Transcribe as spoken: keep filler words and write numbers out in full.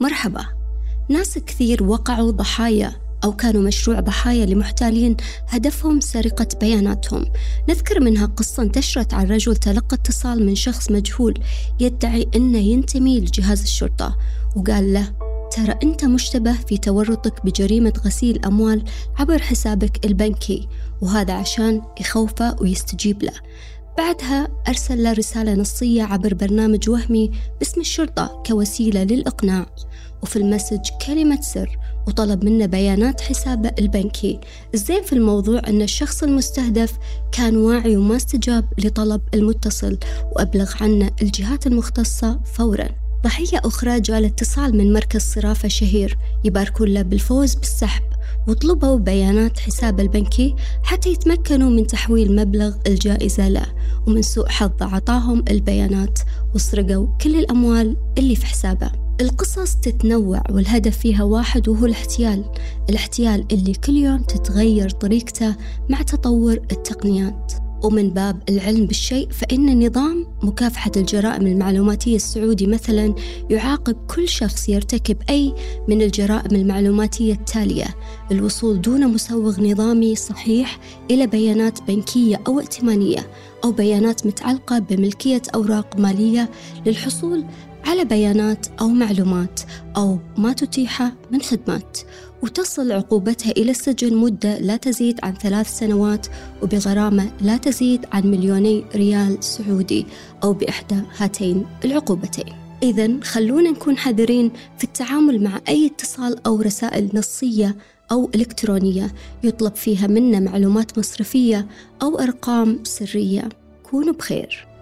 مرحبا. ناس كثير وقعوا ضحايا أو كانوا مشروع ضحايا لمحتالين هدفهم سرقة بياناتهم. نذكر منها قصة انتشرت عن رجل تلقى اتصال من شخص مجهول يدعي أنه ينتمي لجهاز الشرطة، وقال له: ترى أنت مشتبه في تورطك بجريمة غسيل أموال عبر حسابك البنكي، وهذا عشان يخوفه ويستجيب له. بعدها أرسل له رسالة نصية عبر برنامج وهمي باسم الشرطة كوسيلة للإقناع، وفي المسج كلمة سر، وطلب منه بيانات حسابه البنكي. الزين في الموضوع أن الشخص المستهدف كان واعي وما استجاب لطلب المتصل، وأبلغ عنه الجهات المختصة فوراً. ضحية أخرى جاء اتصال من مركز صرافة شهير يباركون له بالفوز بالسحب، وطلبوا بيانات حساب البنكي حتى يتمكنوا من تحويل مبلغ الجائزة له، ومن سوء حظ عطاهم البيانات وسرقوا كل الأموال اللي في حسابه. القصص تتنوع والهدف فيها واحد، وهو الاحتيال الاحتيال اللي كل يوم تتغير طريقته مع تطور التقنيات. ومن باب العلم بالشيء، فإن نظام مكافحة الجرائم المعلوماتية السعودي مثلا يعاقب كل شخص يرتكب أي من الجرائم المعلوماتية التالية: الوصول دون مسوغ نظامي صحيح إلى بيانات بنكية أو ائتمانية، أو بيانات متعلقة بملكية أوراق مالية للحصول على بيانات أو معلومات، أو ما تتيح من خدمات، وتصل عقوبتها إلى السجن مدة لا تزيد عن ثلاث سنوات، وبغرامة لا تزيد عن مليوني ريال سعودي، أو بإحدى هاتين العقوبتين. إذن خلونا نكون حذرين في التعامل مع أي اتصال أو رسائل نصية أو إلكترونية يطلب فيها منا معلومات مصرفية أو أرقام سرية. كونوا بخير.